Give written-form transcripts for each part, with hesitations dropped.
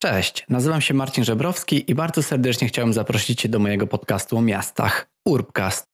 Cześć, nazywam się Marcin Żebrowski i bardzo serdecznie chciałem zaprosić Cię do mojego podcastu o miastach, Urbcast.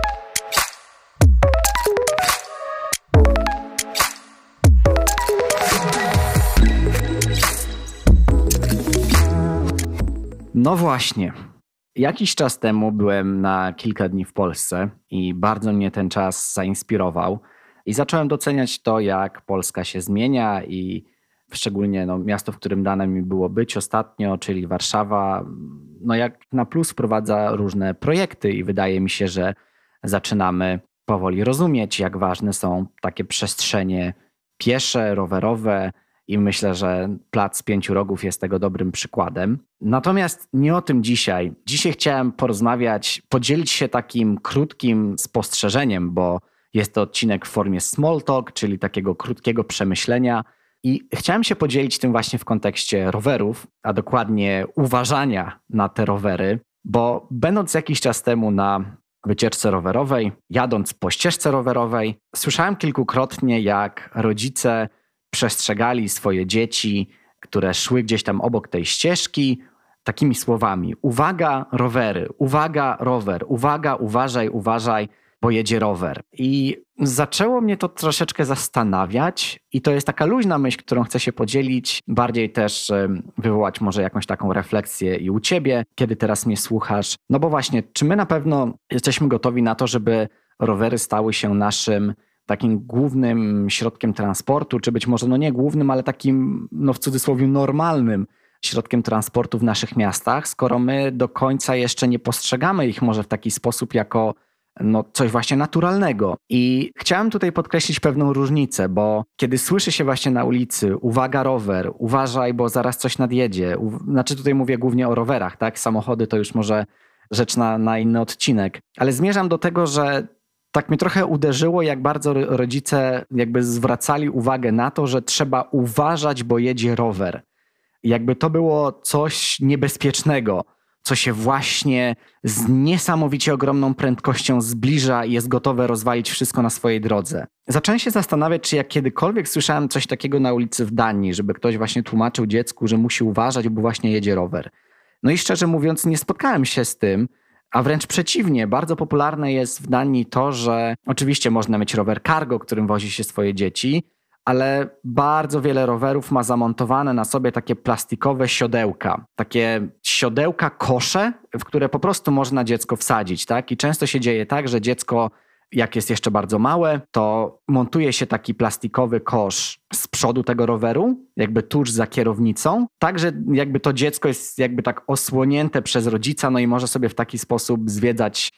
No właśnie. Jakiś czas temu byłem na kilka dni w Polsce i bardzo mnie ten czas zainspirował i zacząłem doceniać to, jak Polska się zmienia i szczególnie miasto, w którym dane mi było być ostatnio, czyli Warszawa, jak na plus wprowadza różne projekty i wydaje mi się, że zaczynamy powoli rozumieć, jak ważne są takie przestrzenie piesze, rowerowe i myślę, że Plac Pięciu Rogów jest tego dobrym przykładem. Natomiast nie o tym dzisiaj. Dzisiaj chciałem porozmawiać, podzielić się takim krótkim spostrzeżeniem, bo jest to odcinek w formie small talk, czyli takiego krótkiego przemyślenia. I chciałem się podzielić tym właśnie w kontekście rowerów, a dokładnie uważania na te rowery, bo będąc jakiś czas temu na wycieczce rowerowej, jadąc po ścieżce rowerowej, słyszałem kilkukrotnie, jak rodzice przestrzegali swoje dzieci, które szły gdzieś tam obok tej ścieżki, takimi słowami: uwaga, rowery, uwaga, rower, uwaga, uważaj, uważaj, bo jedzie rower. I zaczęło mnie to troszeczkę zastanawiać i to jest taka luźna myśl, którą chcę się podzielić, bardziej też wywołać może jakąś taką refleksję i u ciebie, kiedy teraz mnie słuchasz. No bo właśnie, czy my na pewno jesteśmy gotowi na to, żeby rowery stały się naszym takim głównym środkiem transportu, czy być może nie głównym, ale takim w cudzysłowie normalnym środkiem transportu w naszych miastach, skoro my do końca jeszcze nie postrzegamy ich może w taki sposób jako coś właśnie naturalnego. I chciałem tutaj podkreślić pewną różnicę, bo kiedy słyszy się właśnie na ulicy: uwaga, rower, uważaj, bo zaraz coś nadjedzie. Znaczy tutaj mówię głównie o rowerach, tak? Samochody to już może rzecz na inny odcinek. Ale zmierzam do tego, że tak mnie trochę uderzyło, jak bardzo rodzice jakby zwracali uwagę na to, że trzeba uważać, bo jedzie rower. Jakby to było coś niebezpiecznego, co się właśnie z niesamowicie ogromną prędkością zbliża i jest gotowe rozwalić wszystko na swojej drodze. Zacząłem się zastanawiać, czy jak kiedykolwiek słyszałem coś takiego na ulicy w Danii, żeby ktoś właśnie tłumaczył dziecku, że musi uważać, bo właśnie jedzie rower. No i szczerze mówiąc, nie spotkałem się z tym, a wręcz przeciwnie, bardzo popularne jest w Danii to, że oczywiście można mieć rower cargo, którym wozi się swoje dzieci, ale bardzo wiele rowerów ma zamontowane na sobie takie plastikowe siodełka. Takie siodełka, kosze, w które po prostu można dziecko wsadzić, tak? I często się dzieje tak, że dziecko, jak jest jeszcze bardzo małe, to montuje się taki plastikowy kosz z przodu tego roweru, jakby tuż za kierownicą, tak, że jakby to dziecko jest jakby tak osłonięte przez rodzica, i może sobie w taki sposób zwiedzać,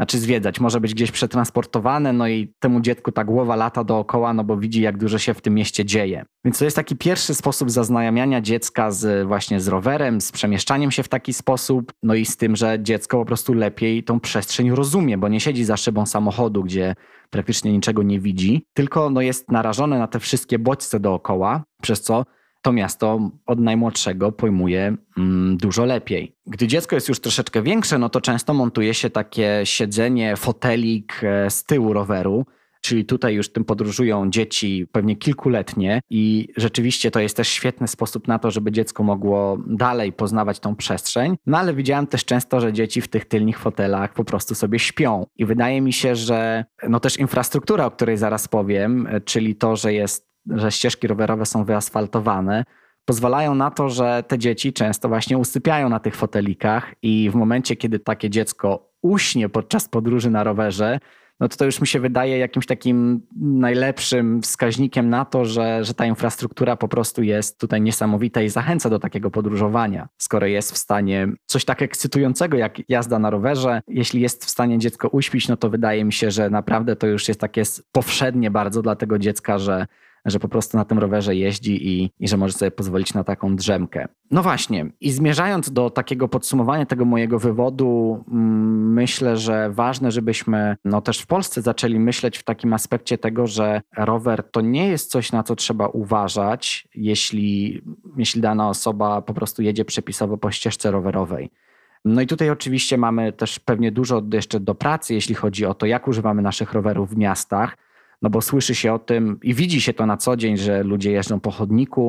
może być gdzieś przetransportowane, i temu dziecku ta głowa lata dookoła, bo widzi, jak dużo się w tym mieście dzieje. Więc to jest taki pierwszy sposób zaznajamiania dziecka właśnie z rowerem, z przemieszczaniem się w taki sposób, i z tym, że dziecko po prostu lepiej tą przestrzeń rozumie, bo nie siedzi za szybą samochodu, gdzie praktycznie niczego nie widzi, tylko jest narażone na te wszystkie bodźce dookoła, przez co to miasto od najmłodszego pojmuje dużo lepiej. Gdy dziecko jest już troszeczkę większe, to często montuje się takie siedzenie, fotelik z tyłu roweru, czyli tutaj już tym podróżują dzieci pewnie kilkuletnie i rzeczywiście to jest też świetny sposób na to, żeby dziecko mogło dalej poznawać tą przestrzeń. Ale widziałem też często, że dzieci w tych tylnych fotelach po prostu sobie śpią. I wydaje mi się, że też infrastruktura, o której zaraz powiem, czyli to, że ścieżki rowerowe są wyasfaltowane, pozwalają na to, że te dzieci często właśnie usypiają na tych fotelikach i w momencie, kiedy takie dziecko uśnie podczas podróży na rowerze, to już mi się wydaje jakimś takim najlepszym wskaźnikiem na to, że ta infrastruktura po prostu jest tutaj niesamowita i zachęca do takiego podróżowania. Skoro jest w stanie coś tak ekscytującego jak jazda na rowerze, jeśli jest w stanie dziecko uśpić, to wydaje mi się, że naprawdę to już jest takie powszednie bardzo dla tego dziecka, że po prostu na tym rowerze jeździ i że może sobie pozwolić na taką drzemkę. No właśnie, i zmierzając do takiego podsumowania tego mojego wywodu, myślę, że ważne, żebyśmy też w Polsce zaczęli myśleć w takim aspekcie tego, że rower to nie jest coś, na co trzeba uważać, jeśli dana osoba po prostu jedzie przepisowo po ścieżce rowerowej. I tutaj oczywiście mamy też pewnie dużo jeszcze do pracy, jeśli chodzi o to, jak używamy naszych rowerów w miastach, bo słyszy się o tym i widzi się to na co dzień, że ludzie jeżdżą po chodniku,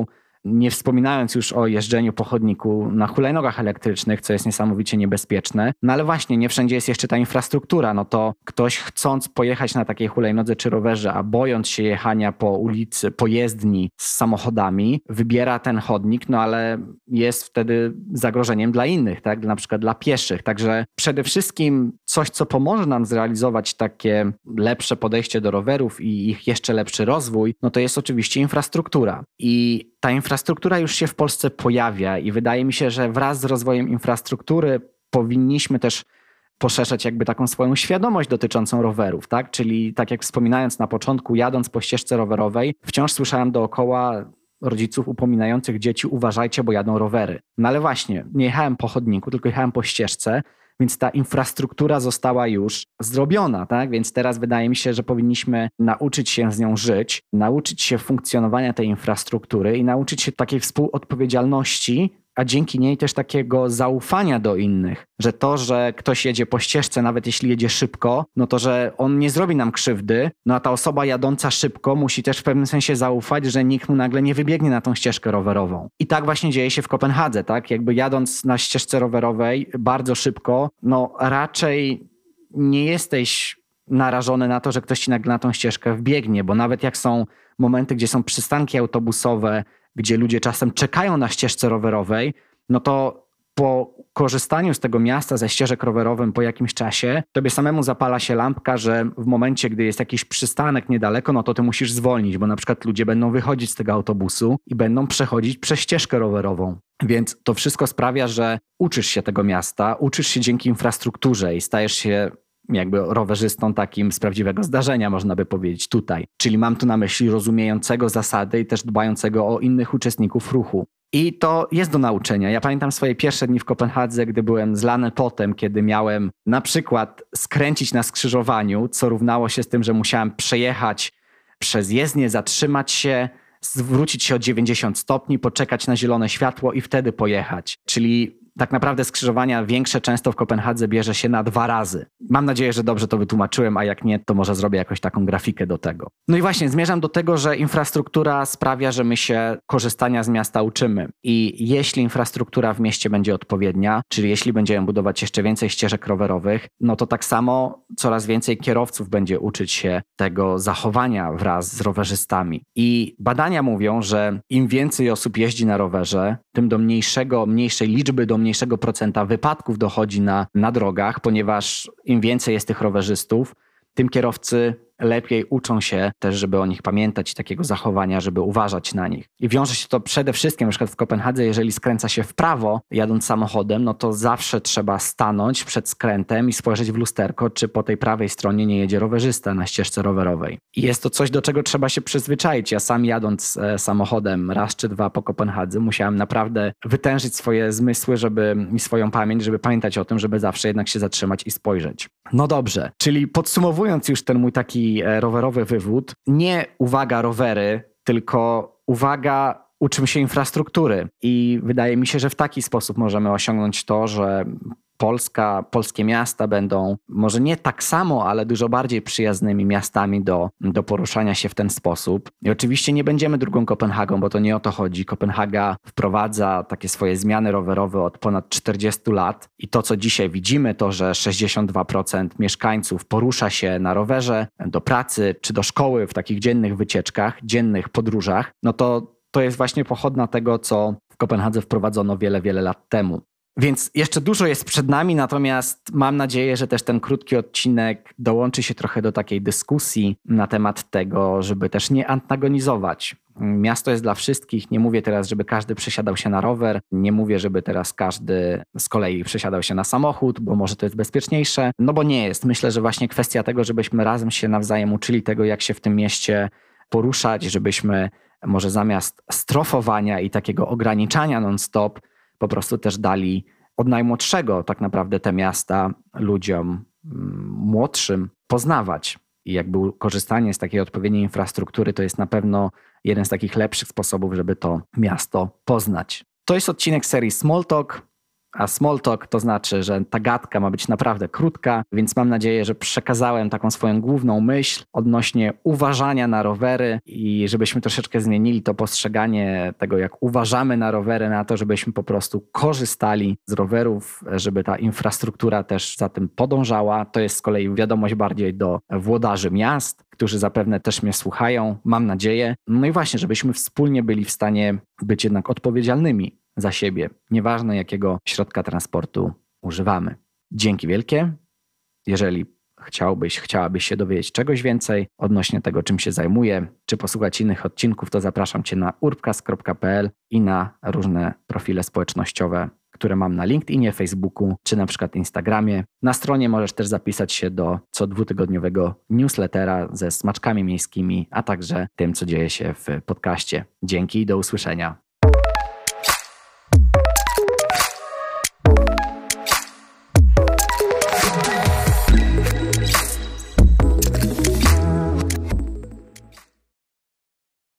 Nie wspominając już o jeżdżeniu po chodniku na hulajnogach elektrycznych, co jest niesamowicie niebezpieczne. No ale właśnie, nie wszędzie jest jeszcze ta infrastruktura. No to ktoś chcąc pojechać na takiej hulajnodze czy rowerze, a bojąc się jechania po ulicy, po jezdni z samochodami, wybiera ten chodnik, no ale jest wtedy zagrożeniem dla innych, tak? Na przykład dla pieszych. Także przede wszystkim coś, co pomoże nam zrealizować takie lepsze podejście do rowerów i ich jeszcze lepszy rozwój, no to jest oczywiście infrastruktura. I ta infrastruktura już się w Polsce pojawia i wydaje mi się, że wraz z rozwojem infrastruktury powinniśmy też poszerzać jakby taką swoją świadomość dotyczącą rowerów, tak? Czyli tak jak wspominając na początku, jadąc po ścieżce rowerowej, wciąż słyszałem dookoła rodziców upominających dzieci: uważajcie, bo jadą rowery. No ale właśnie, nie jechałem po chodniku, tylko jechałem po ścieżce, więc ta infrastruktura została już zrobiona, tak? Więc teraz wydaje mi się, że powinniśmy nauczyć się z nią żyć, nauczyć się funkcjonowania tej infrastruktury i nauczyć się takiej współodpowiedzialności, a dzięki niej też takiego zaufania do innych, że to, że ktoś jedzie po ścieżce, nawet jeśli jedzie szybko, no to, że on nie zrobi nam krzywdy, no a ta osoba jadąca szybko musi też w pewnym sensie zaufać, że nikt mu nagle nie wybiegnie na tą ścieżkę rowerową. I tak właśnie dzieje się w Kopenhadze, tak? Jakby jadąc na ścieżce rowerowej bardzo szybko, no raczej nie jesteś narażony na to, że ktoś ci nagle na tą ścieżkę wbiegnie, bo nawet jak są momenty, gdzie są przystanki autobusowe, gdzie ludzie czasem czekają na ścieżce rowerowej, no to po korzystaniu z tego miasta ze ścieżek rowerowych po jakimś czasie, tobie samemu zapala się lampka, że w momencie, gdy jest jakiś przystanek niedaleko, no to ty musisz zwolnić, bo na przykład ludzie będą wychodzić z tego autobusu i będą przechodzić przez ścieżkę rowerową. Więc to wszystko sprawia, że uczysz się tego miasta, uczysz się dzięki infrastrukturze i stajesz się jakby rowerzystą takim z prawdziwego zdarzenia, można by powiedzieć tutaj. Czyli mam tu na myśli rozumiejącego zasady i też dbającego o innych uczestników ruchu. I to jest do nauczenia. Ja pamiętam swoje pierwsze dni w Kopenhadze, gdy byłem zlany potem, kiedy miałem na przykład skręcić na skrzyżowaniu, co równało się z tym, że musiałem przejechać przez jezdnię, zatrzymać się, zwrócić się o 90 stopni, poczekać na zielone światło i wtedy pojechać. Czyli tak naprawdę skrzyżowania większe często w Kopenhadze bierze się na 2 razy. Mam nadzieję, że dobrze to wytłumaczyłem, a jak nie, to może zrobię jakoś taką grafikę do tego. No i właśnie, zmierzam do tego, że infrastruktura sprawia, że my się korzystania z miasta uczymy. I jeśli infrastruktura w mieście będzie odpowiednia, czyli jeśli będziemy budować jeszcze więcej ścieżek rowerowych, no to tak samo coraz więcej kierowców będzie uczyć się tego zachowania wraz z rowerzystami. I badania mówią, że im więcej osób jeździ na rowerze, tym do mniejszej liczby, do mniejszego procenta wypadków dochodzi na drogach, ponieważ im więcej jest tych rowerzystów, tym kierowcy lepiej uczą się też, żeby o nich pamiętać i takiego zachowania, żeby uważać na nich. I wiąże się to przede wszystkim, na przykład w Kopenhadze, jeżeli skręca się w prawo, jadąc samochodem, no to zawsze trzeba stanąć przed skrętem i spojrzeć w lusterko, czy po tej prawej stronie nie jedzie rowerzysta na ścieżce rowerowej. I jest to coś, do czego trzeba się przyzwyczaić. Ja sam jadąc samochodem raz czy 2 po Kopenhadze, musiałem naprawdę wytężyć swoje zmysły i swoją pamięć, żeby pamiętać o tym, żeby zawsze jednak się zatrzymać i spojrzeć. No dobrze, czyli podsumowując już ten mój taki rowerowy wywód, nie uwaga rowery, tylko uwaga, uczymy się infrastruktury. I wydaje mi się, że w taki sposób możemy osiągnąć to, że polskie miasta będą może nie tak samo, ale dużo bardziej przyjaznymi miastami do poruszania się w ten sposób. I oczywiście nie będziemy drugą Kopenhagą, bo to nie o to chodzi. Kopenhaga wprowadza takie swoje zmiany rowerowe od ponad 40 lat i to, co dzisiaj widzimy, to, że 62% mieszkańców porusza się na rowerze do pracy czy do szkoły w takich dziennych wycieczkach, dziennych podróżach, no to jest właśnie pochodna tego, co w Kopenhadze wprowadzono wiele, wiele lat temu. Więc jeszcze dużo jest przed nami, natomiast mam nadzieję, że też ten krótki odcinek dołączy się trochę do takiej dyskusji na temat tego, żeby też nie antagonizować. Miasto jest dla wszystkich. Nie mówię teraz, żeby każdy przesiadał się na rower. Nie mówię, żeby teraz każdy z kolei przesiadał się na samochód, bo może to jest bezpieczniejsze. No bo nie jest. Myślę, że właśnie kwestia tego, żebyśmy razem się nawzajem uczyli tego, jak się w tym mieście poruszać, żebyśmy może zamiast strofowania i takiego ograniczania non-stop po prostu też dali od najmłodszego tak naprawdę te miasta ludziom młodszym poznawać. I jakby korzystanie z takiej odpowiedniej infrastruktury to jest na pewno jeden z takich lepszych sposobów, żeby to miasto poznać. To jest odcinek serii Small Talk. A small talk to znaczy, że ta gadka ma być naprawdę krótka, więc mam nadzieję, że przekazałem taką swoją główną myśl odnośnie uważania na rowery i żebyśmy troszeczkę zmienili to postrzeganie tego, jak uważamy na rowery, na to, żebyśmy po prostu korzystali z rowerów, żeby ta infrastruktura też za tym podążała. To jest z kolei wiadomość bardziej do włodarzy miast, którzy zapewne też mnie słuchają, mam nadzieję. No i właśnie, żebyśmy wspólnie byli w stanie być jednak odpowiedzialnymi za siebie, nieważne jakiego środka transportu używamy. Dzięki wielkie. Jeżeli chciałabyś się dowiedzieć czegoś więcej odnośnie tego, czym się zajmuję, czy posłuchać innych odcinków, to zapraszam Cię na urbcast.pl i na różne profile społecznościowe, które mam na LinkedInie, Facebooku czy na przykład Instagramie. Na stronie możesz też zapisać się do co dwutygodniowego newslettera ze smaczkami miejskimi, a także tym, co dzieje się w podcaście. Dzięki i do usłyszenia.